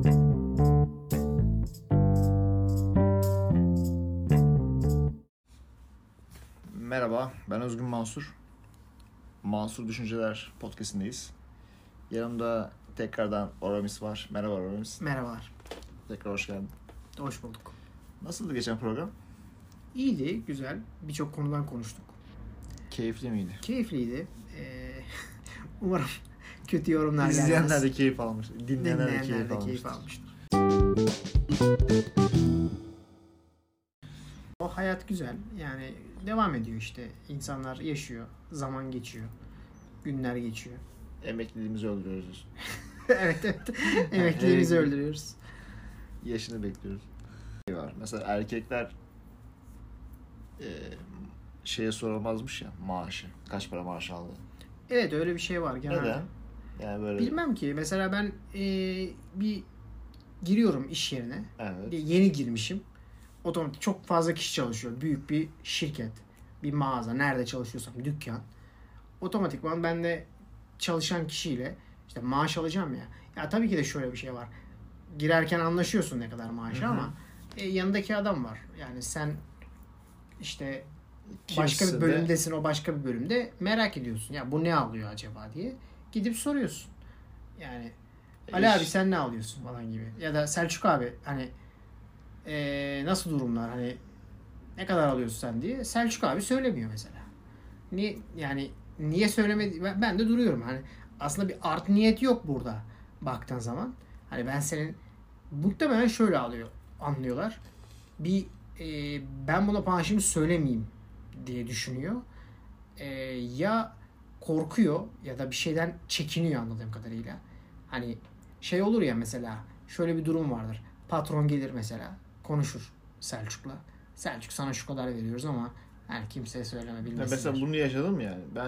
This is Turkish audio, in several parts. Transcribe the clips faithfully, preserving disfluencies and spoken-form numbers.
Merhaba, ben Özgün Mansur. Mansur Düşünceler podcast'indeyiz. Yanımda tekrardan Oramis var. Merhaba Oramis. Merhabalar. Tekrar hoş geldin. Hoş bulduk. Nasıldı geçen program? İyiydi, güzel. Birçok konudan konuştuk. Keyifli miydi? Keyifliydi. Ee, umarım kötü yorumlar gelmez. İzleyenler de keyif almış. Dinleyenler, Dinleyenler de keyif, de keyif almıştır. O hayat güzel. Yani devam ediyor işte. İnsanlar yaşıyor. Zaman geçiyor. Günler geçiyor. Emekliliğimizi öldürüyoruz. evet evet. Emekliliğimizi öldürüyoruz. Yaşını bekliyoruz. Şey var. Mesela erkekler e, şeye sorulmazmış ya, maaşı. Kaç para maaş aldı? Evet, öyle bir şey var genelde. Neden? Yani böyle... Bilmem ki. Mesela ben e, bir giriyorum iş yerine. Evet. Bir yeni girmişim. Otomatik çok fazla kişi çalışıyor. Büyük bir şirket, bir mağaza, nerede çalışıyorsam dükkan. Otomatikman ben de çalışan kişiyle işte maaş alacağım ya. Ya tabii ki de şöyle bir şey var. Girerken anlaşıyorsun ne kadar maaşı, hı hı, ama e, yanındaki adam var. Yani sen işte başka Kimse bir de... bölümdesin, o başka bir bölümde merak ediyorsun. Ya bu ne alıyor acaba diye. Gidip soruyorsun. Yani Ali abi sen ne alıyorsun falan gibi. Ya da Selçuk abi hani Ee, nasıl durumlar, hani ne kadar alıyorsun sen diye. Selçuk abi söylemiyor mesela. Niye yani, niye söylemedi? Ben, ben de duruyorum. Hani aslında bir art niyet yok burada baktığın zaman. Hani ben senin muhtemelen şöyle alıyor, anlıyorlar. Bir e, ben buna maaşımı söylemeyeyim diye düşünüyor. E, ya korkuyor ya da bir şeyden çekiniyor anladığım kadarıyla. Hani şey olur ya, mesela şöyle bir durum vardır. Patron gelir mesela, konuşur Selçuk'la. Selçuk sana şu kadar veriyoruz ama yani kimseye söyleme, bilmesinler. Mesela bunu yaşadım yani. Ben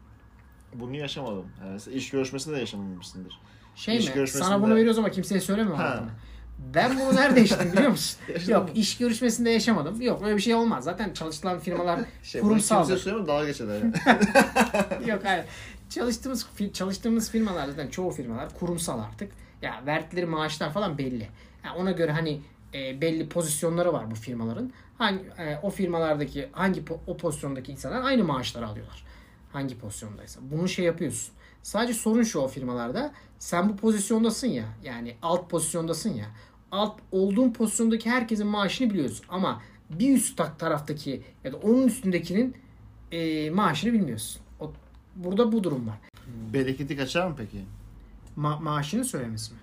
bunu yaşamadım. Yani mesela iş görüşmesinde de yaşamamışsındır. Şey iş mi? görüşmesinde... Sana bunu veriyoruz ama kimseye söyleme. Ben bunu nerede yaşadım biliyor musun? Yok, iş görüşmesinde yaşamadım. Yok, öyle bir şey olmaz. Zaten çalışılan firmalar şey, kurumsaldır. Kimseye söyleme, dalga geçerler yani. Yok hayır. Çalıştığımız çalıştığımız firmalar zaten, çoğu firmalar kurumsal artık. Ya verdikleri maaşlar falan belli. Yani ona göre hani e, belli pozisyonları var bu firmaların. Hangi e, o firmalardaki hangi po- o pozisyondaki insanlar aynı maaşları alıyorlar. Hangi pozisyondaysa. Bunu şey yapıyorsun. Sadece sorun şu, o firmalarda sen bu pozisyondasın ya. Yani alt pozisyondasın ya. Alt olduğun pozisyondaki herkesin maaşını biliyorsun ama bir üst taraftaki ya da onun üstündekinin e, maaşını bilmiyorsun. O, burada bu durum var. Bereketi kaçar mı peki? Ma- maaşını söylemesi mi?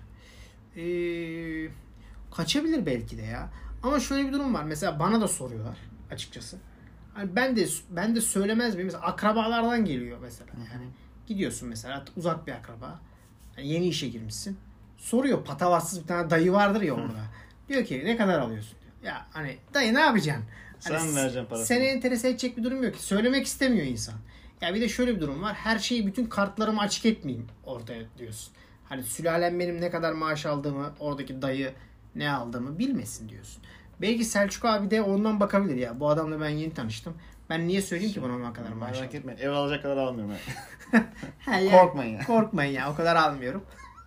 Eee kaçabilir belki de ya. Ama şöyle bir durum var. Mesela bana da soruyorlar açıkçası. Hani ben de ben de söylemez miyim? Mesela akrabalardan geliyor mesela. Yani gidiyorsun mesela, uzak bir akraba. Yani yeni işe girmişsin. Soruyor, patavatsız bir tane dayı vardır ya orada. Diyor ki ne kadar alıyorsun diyor. Ya hani dayı ne yapacaksın? Hani sen vereceksin parasını. Seni enterese edecek bir durum yok ki. Söylemek istemiyor insan. Ya bir de şöyle bir durum var. Her şeyi, bütün kartlarımı açık etmeyeyim ortaya diyorsun. Hani sülalem benim ne kadar maaş aldığımı, oradaki dayı ne aldığımı bilmesin diyorsun. Belki Selçuk abi de ondan bakabilir ya. Bu adamla ben yeni tanıştım. Ben niye söyleyeyim ki bana ona kadar maaş Merak aldım? etmeyin. Ev alacak kadar almıyorum yani. yani. Korkmayın ya. Korkmayın ya. O kadar almıyorum.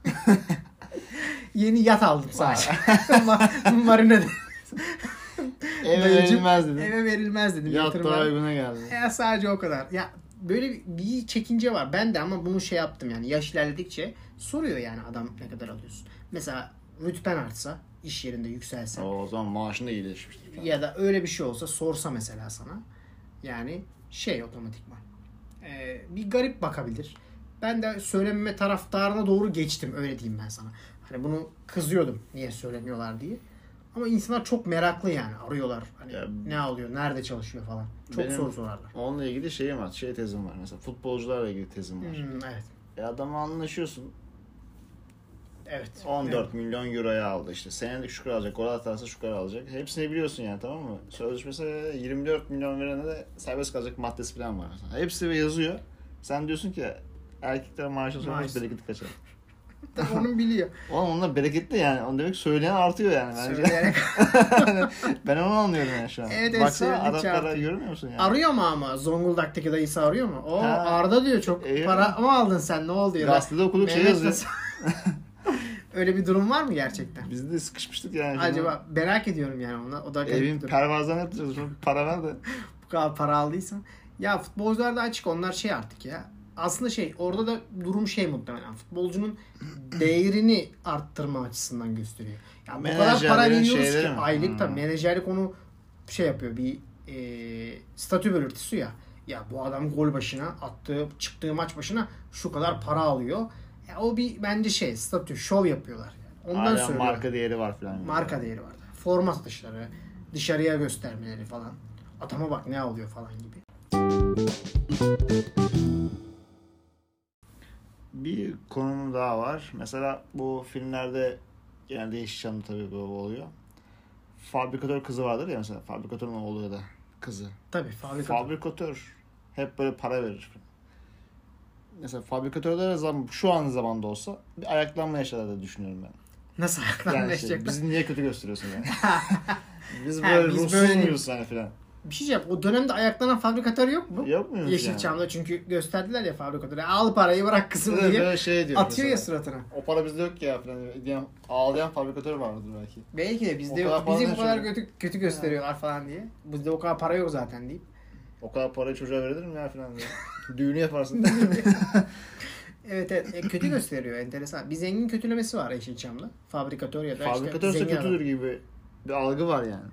Yeni yat aldım sadece. Marina'da. Eve verilmez dedim. Eve verilmez dedim. Yat daha uyguna geldi. Ya sadece o kadar. Ya böyle bir çekince var. Ben de ama bunu şey yaptım yani. Yaş ilerledikçe soruyor yani adam ne kadar alıyorsun. Mesela rütben artsa, iş yerinde yükselse. O zaman maaşın da iyileşmiştir. Ya da öyle bir şey olsa, sorsa mesela sana. Yani şey otomatikman. Ee, bir garip bakabilir. Ben de söylememe taraftarına doğru geçtim. Öyle diyeyim ben sana. Hani bunu kızıyordum. Niye söylemiyorlar diye. Ama insanlar çok meraklı yani. Arıyorlar. Hani ya, ne alıyor, nerede çalışıyor falan. Çok soru sorarlar. Onunla ilgili şeyim var. Şey tezim var. Mesela futbolcularla ilgili tezim var. Hmm, evet. E adamla anlaşıyorsun. Evet. on dört evet. milyon euroya aldı işte. Senelik şu kadar alacak. Gol atarsa şu kadar alacak. Hepsini biliyorsun yani, tamam mı? Sözleşmesi yirmi dört milyon verene de serbest kalacak maddesi falan var. Hepsi yazıyor. Sen diyorsun ki erkekler maaşı sorulmaz, bereketi kaçar. Onun biliyor. Oğlum onlar bereketli yani. Onu demek söyleyen artıyor yani bence. Söyleyerek. Ben onu anlıyorum yani şu an. Evet, evet, baksana Araplara görmüyor musun yani? Arıyor mu ama? Zonguldak'taki dayısı arıyor mu? O ha. Arda diyor, çok Eyvallah. Para mı aldın sen, ne oldu diyor. Gazetede okuduk, şey yazıyor. Öyle bir durum var mı gerçekten? Biz de sıkışmıştık yani. Acaba merak ediyorum yani ona. O da evin pervazdan yapacağız. Para ver de. Bu kadar para aldıysan. Ya futbolcular da açık. Onlar şey artık ya. Aslında şey orada da durum şey muhtemelen. Futbolcunun değerini arttırma açısından gösteriyor. Ya bu kadar para veriyoruz ki mi? aylık hmm. tabii menajerlik onu şey yapıyor. Bir e, statü belirtisi ya. Ya bu adam gol başına attığı çıktığı maç başına şu kadar para alıyor. Ya o bir bence şey statü şov yapıyorlar. Yani. Ondan sonra marka değeri var falan. Marka değeri var. Forma satışları, dışarıya göstermeleri falan. Adama bak ne alıyor falan gibi. Bir konum daha var. Mesela bu filmlerde genelde Yeşilçam'da tabii bu oluyor. Fabrikatör kızı vardır ya mesela. Fabrikatörün oğlu ya da kızı. Tabii fabrikatör. Fabrikatör hep böyle para verir. Mesela fabrikatörlere zam şu an zamanda olsa bir ayaklanma yaşarlar da düşünüyorum ben. Nasıl ayaklanma yani yaşayacaklar? Işte, bizi niye kötü gösteriyorsun yani? biz ha, böyle biz ruhsuz böyle... muyuz yani filan? Bir şey diyeceğim. O dönemde ayaklanan fabrikatör yok mu? Yok mu? Yeşilçam'da yani? Çünkü gösterdiler ya fabrikatörü. Al parayı bırak kızım evet, diye. Böyle şey diyor atıyor mesela. ya suratına. O para bizde yok ya falan diyen ağlayan fabrikatör vardır belki. Belki de bizde yok. Bizi bu kadar kötü, kötü gösteriyorlar yani. Falan diye. Bizde o kadar para yok zaten deyip. O kadar parayı çocuğa verilir mi ya falan diye. Düğünü yaparsın. evet evet. E, kötü gösteriyor. Enteresan. Bir zengin kötülemesi var Yeşilçam'da. Fabrikatör ya da fabrikatör işte kötüdür adam. gibi bir algı var yani.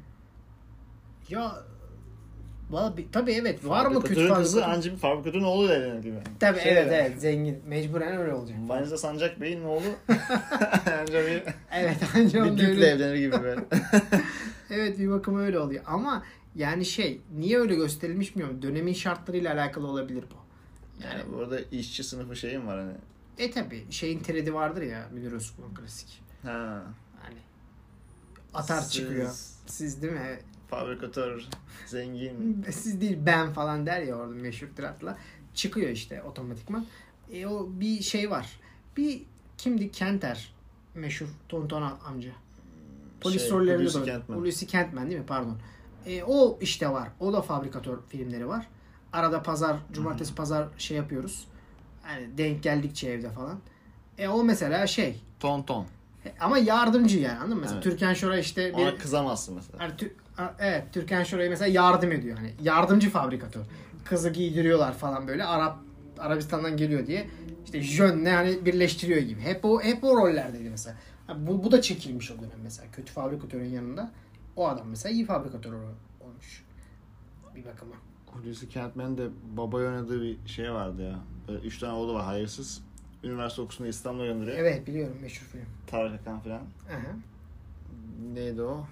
Ya valla tabii evet var mı kötü fabrikatörün kızı ancak bir fabrikatörün oğlu da evlenir gibi. Tabii şey evet yani. evet zengin. Mecburen öyle olacak. Manisa Sancak Bey'in oğlu ancak bir, evet, ancak bir dükle evlenir gibi böyle. evet bir bakıma öyle oluyor ama yani şey niye öyle gösterilmiş bilmiyorum. Dönemin şartlarıyla alakalı olabilir bu. Yani, yani burada işçi sınıfı şeyim var hani. E tabi şeyin tredi vardır ya Münir Özkul'un klasik. Ha. Hani atar Siz... çıkıyor. Siz değil mi? Fabrikatör, zengin. Siz değil ben falan der ya orada meşhur tiratla. Çıkıyor işte otomatikman. E o bir şey var. Bir kimdi? Kenter. Meşhur Tonton amca. Polis şey, rollerinde Hulusi de Kentmen. Hulusi Kentmen değil mi? Pardon. E, o işte var. O da fabrikatör filmleri var. Arada pazar, cumartesi Hı-hı. pazar şey yapıyoruz. Yani denk geldikçe evde falan. E o mesela şey. Tonton. E, ama yardımcı yani anladın mı? Mesela evet. Türkan Şoray işte. Ona bir, kızamazsın mesela. Yani, tü, evet Türkan Şoray'a mesela yardım ediyor. Hani yardımcı fabrikatör. Kızı giydiriyorlar falan böyle. Arap Arabistan'dan geliyor diye. İşte jönle hani birleştiriyor gibi. Hep o hep o rollerdeydi mesela. Bu, bu da çekilmiş o dönem mesela. Kötü fabrikatörün yanında. O adam mesela iyi fabrikatör olmuş. Bir bakıma. Hulusi Kentmen'in de baba oynadığı bir şey vardı ya. Böyle üç tane oğlu var hayırsız. Üniversite okusunda İstanbul'a gönderiyor. Evet biliyorum meşhur film. Tarık Akan falan. Aha. Neydi o?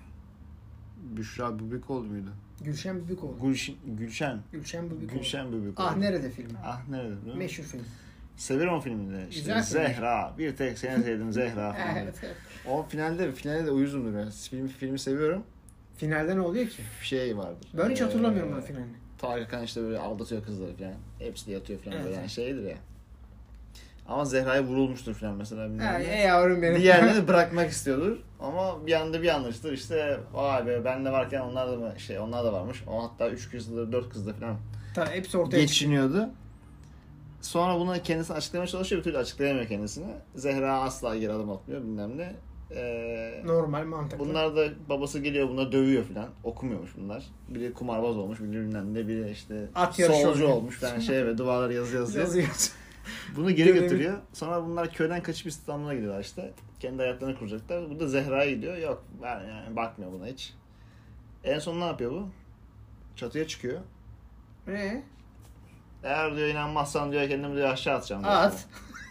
Büşra Bübükoğlu muydu? Gülşen Bübükoğlu. Gülşen. Gülşen. Gülşen Bübükoğlu. Gülşen Bübükoğlu. Ah nerede filmi? Ah nerede? Meşhur film. Severim o filmi de. İşte Güzel Zehra. Bir tek seni sevdim Zehra falan. evet, evet. O finalde finalde de uyuzumdur ya. Filmi, filmi seviyorum. Finalde ne oluyor ki? Şey vardır. Ben hiç hatırlamıyorum ee, o finalini. Tarık Akan işte böyle aldatıyor kızları falan. Hepsi de yatıyor falan evet, böyle. Yani evet. şeydir ya. Ama Zehra'ya vurulmuştur falan mesela. Ha, ey yavrum benim. Diğerlerini bırakmak istiyordur. Ama bir anda bir anlaştır. İşte vay be ben de varken onlar da mı şey onlar da varmış. O hatta üç kızda dört kızda falan. Tabii hepsi ortaya geçiniyordu. Çıkıyor. Sonra bunu kendisine açıklamaya çalışıyor. Bir türlü açıklayamıyor kendisine. Zehra asla geri adım atmıyor bilmem ne. Ee, normal mantıklı. Bunlar da babası geliyor bunlar dövüyor falan. Okumuyormuş bunlar. Biri kumarbaz olmuş, biri bilmem ne, biri işte solcu olmuş falan şey ve duvarları yazı yazıyor. yazıyor. Bunu geri götürüyor. Sonra bunlar köyden kaçıp İstanbul'a gidiyorlar işte. Kendi hayatlarını kuracaklar. Bu da Zehra'ya gidiyor. Yok ben yani bakmıyor buna hiç. En son ne yapıyor bu? Çatıya çıkıyor. Eee? Eğer diyor inanmazsan diyor kendimi diyor aşağı atacağım. Diyor. At.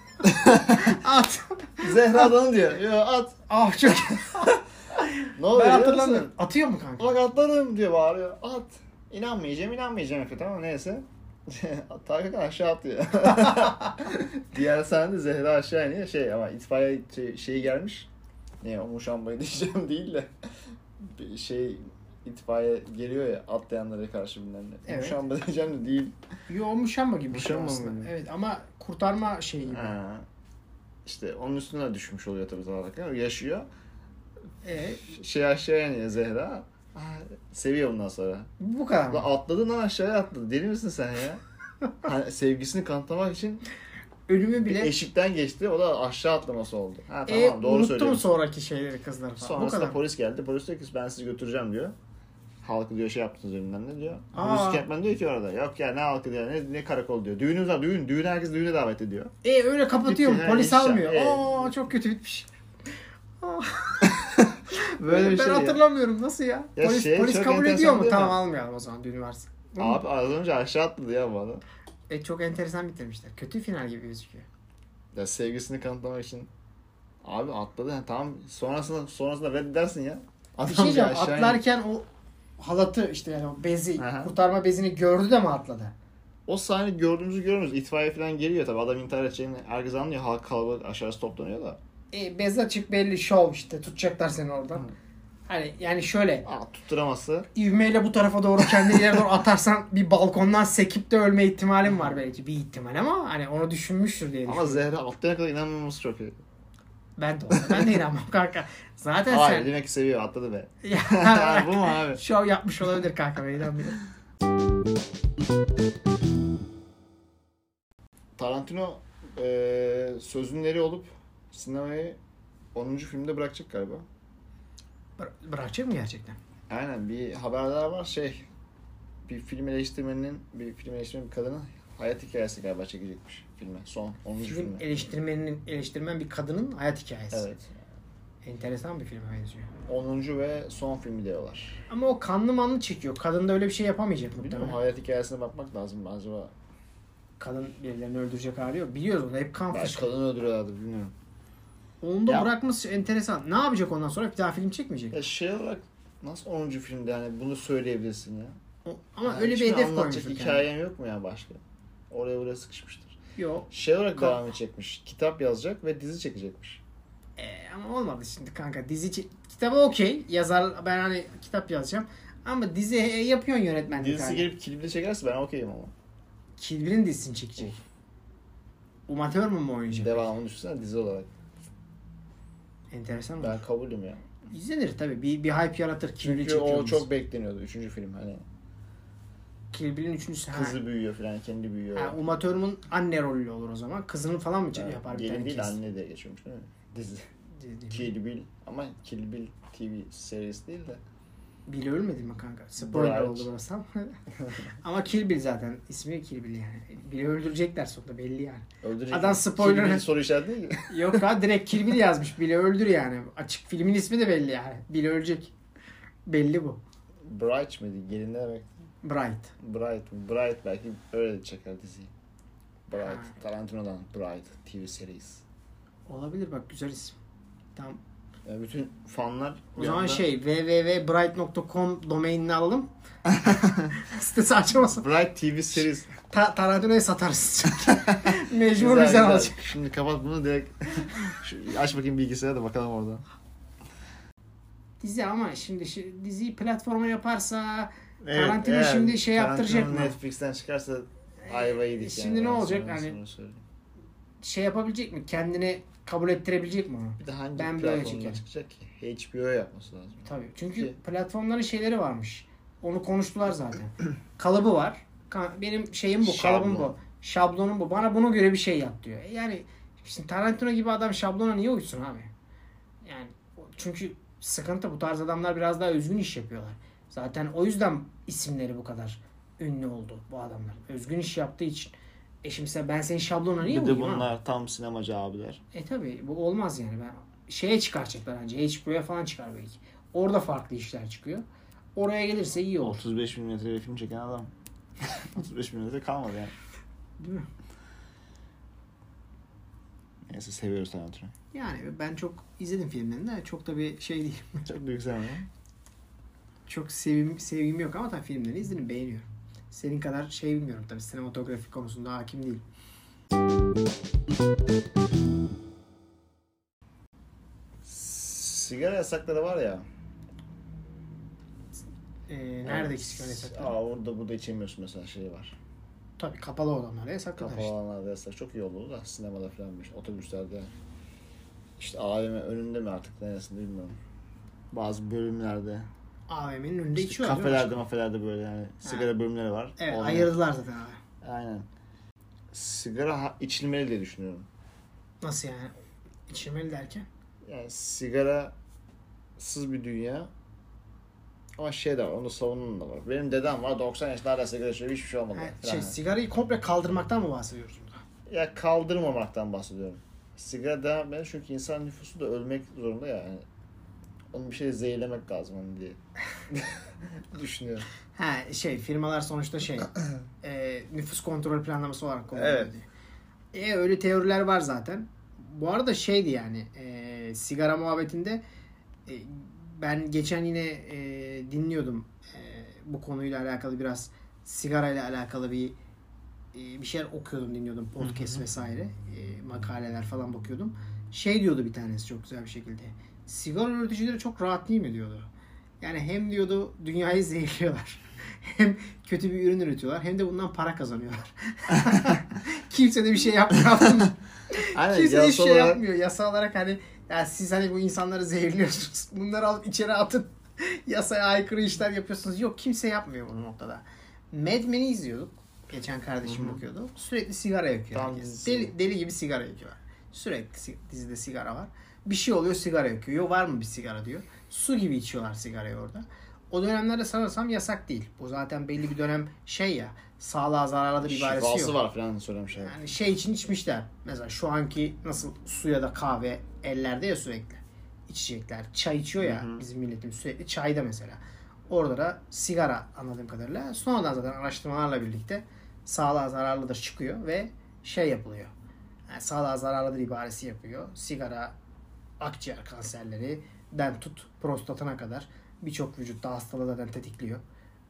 At. Zehra'dan diyor. Yo at. Ah çok. Ne oluyor? Ben hatırlamıyorum. Atıyor mu kanka? Bak atlarım diyor bağırıyor. At. İnanmayacağım inanmayacağım Efe tamam neyse. Tarık aşağı atıyor. Diğer sahnede Zehra aşağı iniyor. Şey ama itfaiye şey, şey gelmiş. Ne o muşambayı diyeceğim değil de. Bir şey itfaiye geliyor ya atlayanlara karşı bilmem ne. Evet. Muşamba diyeceğim de değil. Yo muşamba gibi bir şey Muşamba aslında. mı? Evet ama kurtarma şeyi gibi. Ha. İşte onun üstüne düşmüş oluyor tabii Tarık. Yaşıyor. Ee? Şey aşağı iniyor Zehra. Seviyor bundan sonra. Bu kadar mı? Atladı lan aşağıya atladı. Deli misin sen ya? Hani sevgisini kanıtlamak için Ölümü Bir bile eşikten geçti. O da aşağı atlaması oldu. Ha tamam e, doğru unuttu mu söylüyorsun. sonraki şeyleri kızları falan. Bu Sonrasında kadar. polis geldi. Polis diyor ki ben sizi götüreceğim diyor. Halkı diyor şey yaptınız önünden ne diyor. Aa. Müzik yapman diyor ki orada. Yok ya ne halkı diyor ne, ne karakol diyor. Düğünümüz var düğün. Düğün herkes düğüne davet ediyor. E öyle kapatıyor mu? Bitti, he, Polis işte, almıyor. e. Aa çok kötü bitmiş. Aa. Böyle bir ben şey ya. hatırlamıyorum nasıl ya? Ya polis şey, polis çok kabul enteresan ediyor mu? değil mi? Tamam almayalım o zaman düğünü varsa. Abi az önce aşağı atladı ya bu adam. E çok enteresan bitirmişler. Kötü final gibi gözüküyor. Ya sevgisini kanıtlamak için. Abi atladı. Yani tamam sonrasında sonrasında reddedersin ya. Adam Bir şey diyeceğim. aşağı indi. Atlarken o halatı işte yani o bezi, Aha. kurtarma bezini gördü de mi atladı? O sahne gördüğümüzü görmüyoruz. İtfaiye falan geliyor tabii. Adam intihar edeceğini herkes anlıyor. Halk kalabalık aşağısı toplanıyor da. E, bez açık belli şov işte. Tutacaklar seni oradan. Hani yani şöyle Aa, tutturaması. ivmeyle bu tarafa doğru kendi ileri doğru atarsan bir balkondan sekip de ölme ihtimalim var belki. Bir ihtimal ama hani onu düşünmüştür diye Ama düşünüyorum. Zehra atlayana kadar inanmaması çok iyi. Ben de olsa ben de inanmam kanka. Zaten Hayır sen demek ki seviyor atladı be. ya, Bu mu abi? şov yapmış olabilir kanka ben inanmıyorum. Tarantino e, sözün eri olup sinemayı onuncu filmde bırakacak galiba. Bıra- bırakacak mı gerçekten? Aynen bir haberler var şey bir film eleştirmeninin bir film eleştirmen bir kadının hayat hikayesi galiba çekecekmiş filme son onuncu Film filme. eleştirmenin eleştirmen bir kadının hayat hikayesi. Evet. Enteresan bir filme benziyor. onuncu ve son filmi diyorlar. Ama o kanlı manlı çekiyor. Kadın da öyle bir şey yapamayacak Bilmiyorum muhtemelen. hayat hikayesine bakmak lazım acaba. Kadın birilerini öldürecek hali yok. Biliyoruz onu. Hep kan Belki fışkırıyor. kadını öldürüyorlardı bilmiyorum. Onu da Ya- bırakması enteresan. Ne yapacak ondan sonra? Bir daha film çekmeyecek. Ya şey olarak nasıl onuncu filmde yani bunu söyleyebilirsin ya. O- Ama Yani öyle bir hiçbir hedef anlatacak koymuştuk hikayen yani. yok mu ya başka? Oraya buraya sıkışmıştır. Yok. Şey olarak Ka- devam edecekmiş. Kitap yazacak ve dizi çekecekmiş. Ee, ama olmadı şimdi kanka. Dizi çe- kitabı okey. Yazar ben hani kitap yazacağım. Ama dizi e, yapıyorsun yönetmenlik. Dizisi hani. gelip Kill Bill'e çekerse ben okeyim ama. Kill Bill'in dizisini çekecek. Uma Thurman mı oynayacak? Devamını düşünsene dizi olarak. Enteresan mı? Ben kabulüm ya. İzlenir tabii. Bir, bir hype yaratır. Kill Bill'i Çünkü çekiyor o muyuz? çok bekleniyordu. Üçüncü film hani. Kill Bill'in üçüncüsü. Ha. Kızı büyüyor falan kendi büyüyor. Ha, Uma Thurman anne rolü olur o zaman. Kızının falan mı Yani yapar bir gelin tane değil kes? anne diye geçiyormuş değil mi? Dizi. Dizi- Kill Bill ama Kill Bill T V serisi değil de. Bill ölmedi mi kanka? Spoiler Bright. oldu burası ama. Ama Kill Bill zaten. İsmi Kill Bill yani. Bill'i öldürecekler sonunda belli yani. Öldürecek. Adam spoiler- Kill Bill soru işareti değil mi? Yok ha direkt Kill Bill yazmış. Bill'i öldür yani. Açık filmin ismi de belli yani. Bill ölecek. Belli bu. Bright miydi? Gelin ne demek? Bright. Bright mi? Bright belki öyle çeker diziyi. Bright. Ha. Tarantino'dan Bright T V series. Olabilir bak güzel isim. Tamam. Yani bütün fanlar O bir zaman anda- şey w w w nokta bright nokta com domainini alalım. Sitesi açmasın. Bright T V series. Ta Tarantino'yu satarız. Mecbur Güzel, bizden güzel. alacak. Şimdi kapat bunu direkt. Şu, aç bakayım bilgisayarı da bakalım orada. Dizi ama şimdi şi- diziyi platforma yaparsa Evet, Tarantino eğer şimdi şey yaptıracak Tarantino mı? Netflix'ten çıkarsa ayva yedik Şimdi yani. ne Ben olacak? sana- Hani- sana söyleyeyim. Şey yapabilecek mi? Kendine kabul ettirebilecek mi onu? Bir de hangi Ben böyle platformdan çekerim. çıkacak ki? H B O yapması lazım. Tabii. Çünkü Ki- platformların şeyleri varmış. Onu konuştular zaten. Kalıbı var. Ka- Benim şeyim bu, kalıbım Şablon. bu. Şablonum bu. Bana buna göre bir şey yap diyor. E Yani şimdi Tarantino gibi adam şablona niye uysun abi? Yani o- çünkü sıkıntı bu tarz adamlar biraz daha özgün iş yapıyorlar. Zaten o yüzden isimleri bu kadar ünlü oldu bu adamlar. Özgün iş yaptığı için. E şimdi sen- ben senin şablona niye Bir de uyuyayım bunlar abi? tam sinemacı abiler. E tabi bu olmaz yani. Ben şeye çıkaracaklar bence. H B O'ya falan çıkar belki. Orada farklı işler çıkıyor. Oraya gelirse iyi olur. otuz beş milimetre film çeken adam. otuz beş milimetre kalmadı yani. Değil mi? Neyse seviyoruz Tarantino. Yani ben çok izledim filmlerini de çok da bir şey değil. Çok büyük zaman ya. Çok sevim, sevgim yok ama tabii filmlerini izledim beğeniyorum. Senin kadar şey bilmiyorum tabii sinematografi konusunda hakim değilim. Sigara yasakları var ya. Ee, neredeki sigara yasakları? Aa, orada burada içemiyorsun mesela şey var. Tabii kapalı olanlarda yasakladılar Kapalı işte. alanlarda yasak. Çok iyi oldu da sinemada falan otobüslerde. İşte A V M önünde mi artık neresinde bilmiyorum. Bazı bölümlerde. A V M'nin önünde İşte içiyorlar. kafelerde mafelerde böyle yani sigara bölümleri var. Evet Onlar- ayırdılar zaten abi. Aynen. sigara ha- içilmeli diye düşünüyorum. Nasıl yani? İçilmeli derken? Yani sigarasız bir dünya. Ama şey de var, onu savunan da var. Benim dedem var, doksan yaşında hala sigara içiyor, hiçbir şey olmadı. Ha, şey, sigarayı komple kaldırmaktan mı bahsediyoruz burada? Ya kaldırmamaktan bahsediyorum. Sigara devam etmeli çünkü insan nüfusu da ölmek zorunda ya. Yani onu bir şey zehirlemek lazım hani diye düşünüyorum. Ha şey firmalar sonuçta şey e, nüfus kontrol planlaması olarak kullanılıyor Evet. diye. E, öyle teoriler var zaten. Bu arada şeydi yani e, sigara muhabbetinde e, ben geçen yine e, dinliyordum e, bu konuyla alakalı biraz sigarayla alakalı bir e, bir şeyler okuyordum, dinliyordum podcast Hı hı. vesaire e, makaleler falan bakıyordum. Şey diyordu bir tanesi çok güzel bir şekilde. Sigara üreticileri çok rahat değil mi diyordu. Yani hem diyordu dünyayı zehirliyorlar. Hem kötü bir ürün üretiyorlar hem de bundan para kazanıyorlar. Kimse de bir şey yapmıyor. Aynen, Kimse hiçbir şey olarak- yapmıyor. Yasa olarak hani ya siz hani bu insanları zehirliyorsunuz. Bunları alıp içeri atın. Yasaya aykırı işler yapıyorsunuz. Yok, kimse yapmıyor bu noktada. Mad Men'i izliyorduk. Geçen kardeşim Hı hı. bakıyordu. Sürekli sigara yakıyor Tam herkes. dizisi. Deli, deli gibi sigara yakıyor. Sürekli si- dizide sigara var. Bir şey oluyor, sigara yakıyor. Yok, var mı bir sigara diyor. Su gibi içiyorlar sigarayı orada. O dönemlerde sanırsam yasak değil. Bu zaten belli bir dönem şey ya, sağlığa zararlı bir ibaresi Şifası yok. var falan söylemişler. Yani şey için içmişler. Mesela şu anki nasıl su ya da kahve ellerde ya sürekli. İçecekler. Çay içiyor ya Hı hı. bizim milletimiz sürekli çayda mesela. Orada da sigara anladığım kadarıyla. Sonradan zaten araştırmalarla birlikte sağlığa zararlıdır çıkıyor ve şey yapılıyor. Yani sağlığa zararlıdır ibaresi yapıyor. Sigara akciğer kanserlerinden tut prostatına kadar birçok vücutta hastalığı zaten tetikliyor.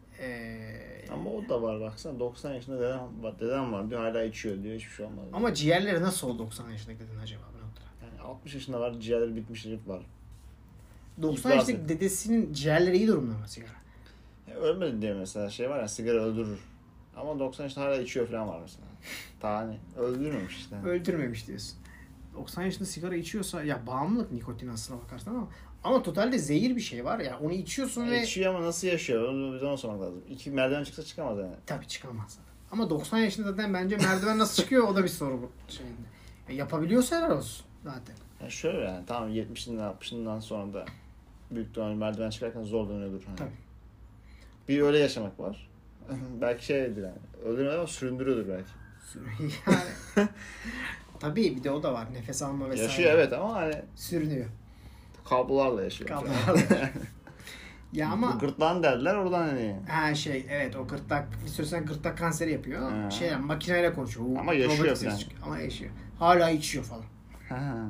Ee, Ama o da var baksana, doksan yaşında dedem var, dedem var diyor, hala içiyor diyor, hiçbir şey olmaz. ama ciğerleri nasıl oldu doksan yaşındaki dedin acaba bu noktada? Yani altmış yaşında var, ciğerleri bitmiş herif var. doksan İflas yaşındaki dedesinin ciğerleri iyi durumda mı sigara? Ya ölmedi diye mesela şey var ya, sigara öldürür. Ama doksan yaşında hala içiyor falan var mesela. Ta hani öldürmemiş işte. Öldürmemiş diyorsun. doksan yaşında sigara içiyorsa ya bağımlılık nikotin aslına bakarsan ama ama totalde zehir bir şey var ya, onu içiyorsun Yani ve içiyor ama nasıl yaşıyor? Onu bir de ona sormak lazım. İki merdiven çıksa çıkamaz yani. tabii çıkamaz. Ama doksan yaşında zaten bence merdiven nasıl çıkıyor o da bir soru bu şeyinde. Ya yapabiliyorsa helal olsun zaten. Yani şöyle yani, tamam yetmişinden altmışından sonra da büyük ihtimalle merdiven çıkarken zor dönüyordur. Hani. Tabii. Bir öyle yaşamak var. Belki şeydir yani. Öldürmüyor ama süründürüyordur belki. Yani tabii bir de o da var. Nefes alma vesaire. Yaşıyor evet ama hani Sürünüyor. kablolarla yaşıyor. Kablolarla. Ya ama Bu gırtlağın derler oradan hani. ha şey evet o gırtlak istiyorsan gırtlak kanseri yapıyor. Ha. Şey yani makineyle konuşuyor. O Ama yaşıyor robotik ses falan. çıkıyor. Ama yaşıyor. Hala içiyor falan. Ha.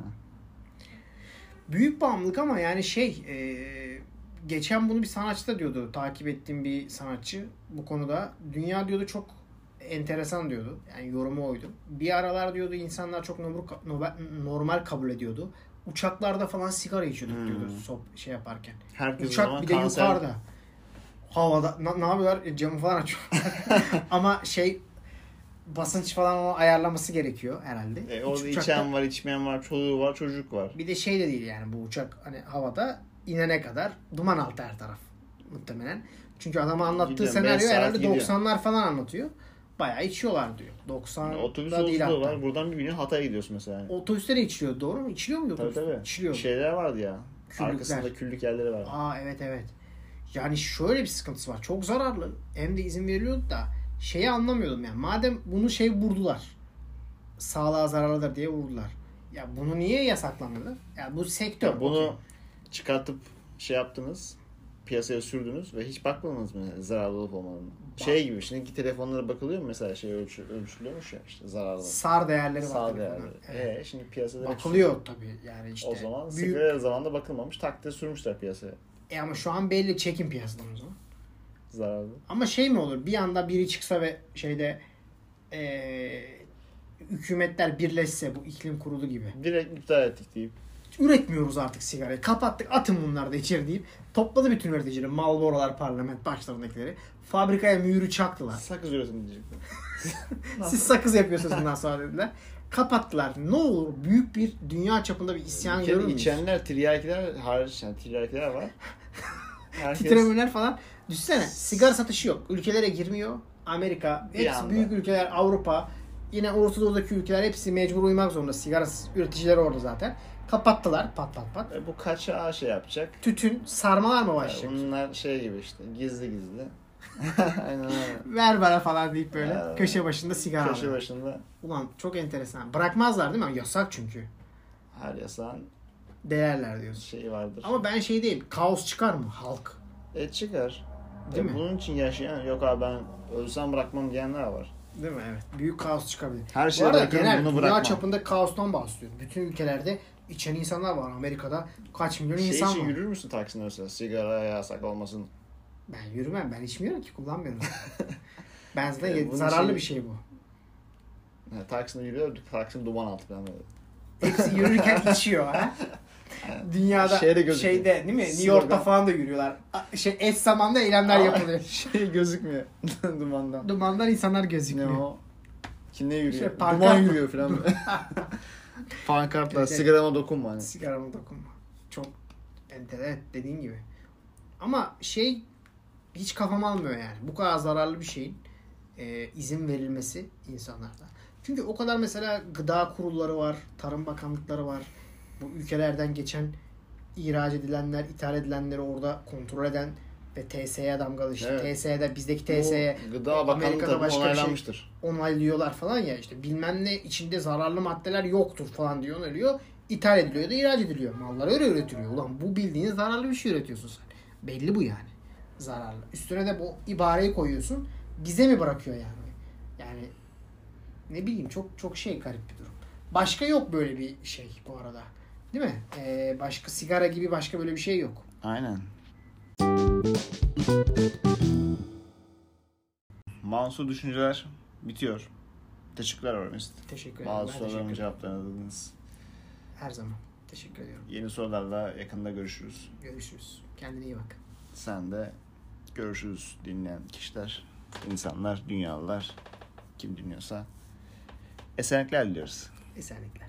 Büyük bağımlılık ama yani şey e, geçen bunu bir sanatçı da diyordu. Takip ettiğim bir sanatçı bu konuda. Dünya diyordu çok enteresan diyordu. Yani yorumu oydu. Bir aralar diyordu insanlar çok normal, normal kabul ediyordu. Uçaklarda falan sigara içiyorduk Hmm. diyordu sop şey yaparken. Herkes o Uçak zaman bir de kanser. yukarıda. Havada. Na- Ne yapıyorlar? E, Camı falan açıyorlar. Ama şey basınç falan onu ayarlaması gerekiyor herhalde. E, Hiç orada uçakta- içen var, içmeyen var, çoluğu var, çocuk var. Bir de şey de değil yani bu uçak hani havada inene kadar duman altı her taraf muhtemelen. Çünkü adama anlattığı Gidiyor, beş senaryo saat herhalde gidiyor. doksanlar falan anlatıyor. Bayağı içiyorlar diyor. doksan Yani otobüs da değil yolculuğu hatta. var. Buradan bir biniyor Hatay'a gidiyorsun mesela. Yani. Otobüste de içiliyor doğru mu? İçiliyor mu Tabii otobüs? tabii. İçiliyor. Şeyler vardı ya. Küllükler. Arkasında küllük yerleri var. Aa evet evet. Yani şöyle bir sıkıntısı var. Çok zararlı. Hem de izin veriliyordu da şeyi anlamıyordum yani. Madem bunu şey vurdular. Sağlığa zararlıdır diye vurdular. Ya bunu niye yasaklanmadı? Ya bu sektör. Ya bunu okey. çıkartıp şey yaptınız, piyasaya sürdünüz ve hiç bakmadınız mı zararlı olup olmadığını? Şey gibi, şimdiki telefonlara bakılıyor mu mesela, şey ölçü, ölçülüyormuş ya işte zararlı. SAR değerleri var. Sağ telefonda. değerleri. Evet. E şimdi piyasada Bakılıyor tabii yani işte. o zaman büyük... sigara zamanında bakılmamış, takdir sürmüşler piyasaya. E ama şu an belli çekim piyasadan o zaman. Zararlı. Ama şey mi olur? Bir anda biri çıksa ve şeyde eee hükümetler birleşse bu iklim kurulu gibi. Direkt iptal ettik deyip. Üretmiyoruz artık sigarayı. Kapattık. Atın bunları da içeri deyip topladı bütün üreticileri. Marlboro'lar parlament başlarındakileri. Fabrikaya mühürü çaktılar. Sakız üretim diyecekler. Siz sakız yapıyorsunuz bundan sonra dediler. Kapattılar. Ne olur büyük bir dünya çapında bir isyan Bir görür kere müyüz? içenler, tiryakiler hariç, yani tiryakiler var. Herkes Titremeler falan. Düşsene sigara satışı yok. Ülkelere girmiyor. Amerika, Bir hepsi anda. büyük ülkeler, Avrupa yine Orta Doğu'daki ülkeler hepsi mecbur uymak zorunda. Sigara üreticileri orada zaten. Kapattılar pat pat pat. E, bu kaçağı şey yapacak. Tütün sarmalar mı E, başlayacak? bunlar şey gibi işte gizli gizli. Aynen öyle. Ver bana falan deyip böyle Ya, köşe başında sigara Köşe alıyor. başında Ulan çok enteresan. Bırakmazlar değil mi? Yasak çünkü. her yasağın Değerler diyorsun. şeyi vardır. Ama ben şey değil. Kaos çıkar mı halk? E çıkar. Değil E, mi? bunun için yaşayan yok abi ben ölsem bırakmam diyenler var. Değil mi? Evet. Büyük kaos çıkabilir. Her Bu şeyi arada bırakırım genel bunu dünya bırakmam. çapında kaostan bahsediyorum. Bütün ülkelerde içen insanlar var. Amerika'da kaç milyon Şey insan için var. yürür müsün Taksim'de mesela sigara yasak olmasın? Ben yürümem. Ben içmiyorum ki. Kullanmıyorum. ben zaten E, bunun zararlı için- bir şey bu. Ha, Taksim'de yürüyor, Taksim duman altı falan böyle. Hepsi yürürken içiyor ha. Dünyada Şeyde gözüküyor. şeyde değil mi? New Slogan. York'ta falan da yürüyorlar. A- Şey eş zamanlı eylemler Ama yapılıyor. Şey gözükmüyor dumandan. Dumandan insanlar Ne gözükmüyor. o? Kim ne yürüyor? Şey, pankart Duman mı? yürüyor falan. Pankartlar, Evet, evet. sigarama dokunma hani. Sigarama dokunma. Çok enteresan evet, dediğin gibi. Ama şey hiç kafam almıyor yani. Bu kadar zararlı bir şeyin e, izin verilmesi insanlarda. Çünkü o kadar mesela gıda kurulları var, tarım bakanlıkları var. Bu ülkelerden geçen ihraç edilenler, ithal edilenleri orada kontrol eden ve T S'ye damgalı işte. Evet. T S'de bizdeki T S'ye Bu Gıda Bakanlığı Amerika'da tarafından başka bir şey onaylanmıştır. onaylıyorlar falan ya işte bilmem ne içinde zararlı maddeler yoktur falan diyor onayılıyor. İthal ediliyor ya da ihraç ediliyor. Mallar öyle üretiliyor. Ulan bu bildiğin zararlı bir şey üretiyorsun sen. Belli bu yani. Zararlı. Üstüne de bu ibareyi koyuyorsun. Bize mi bırakıyor yani? Yani ne bileyim çok çok şey garip bir durum. Başka yok böyle bir şey bu arada. Değil mi? Ee, başka sigara gibi başka böyle bir şey yok. Aynen. Mansur düşünceler bitiyor. Teşekkürler Ormist. Teşekkür ederim. Bazı Ben teşekkür sorularımı ederim. cevapladınız. Her zaman. Teşekkür ediyorum. Yeni sorularla yakında görüşürüz. Görüşürüz. Kendine iyi bak. Sen de görüşürüz dinleyen kişiler, insanlar, dünyalılar kim dinliyorsa esenlikler diliyoruz. Esenlikler.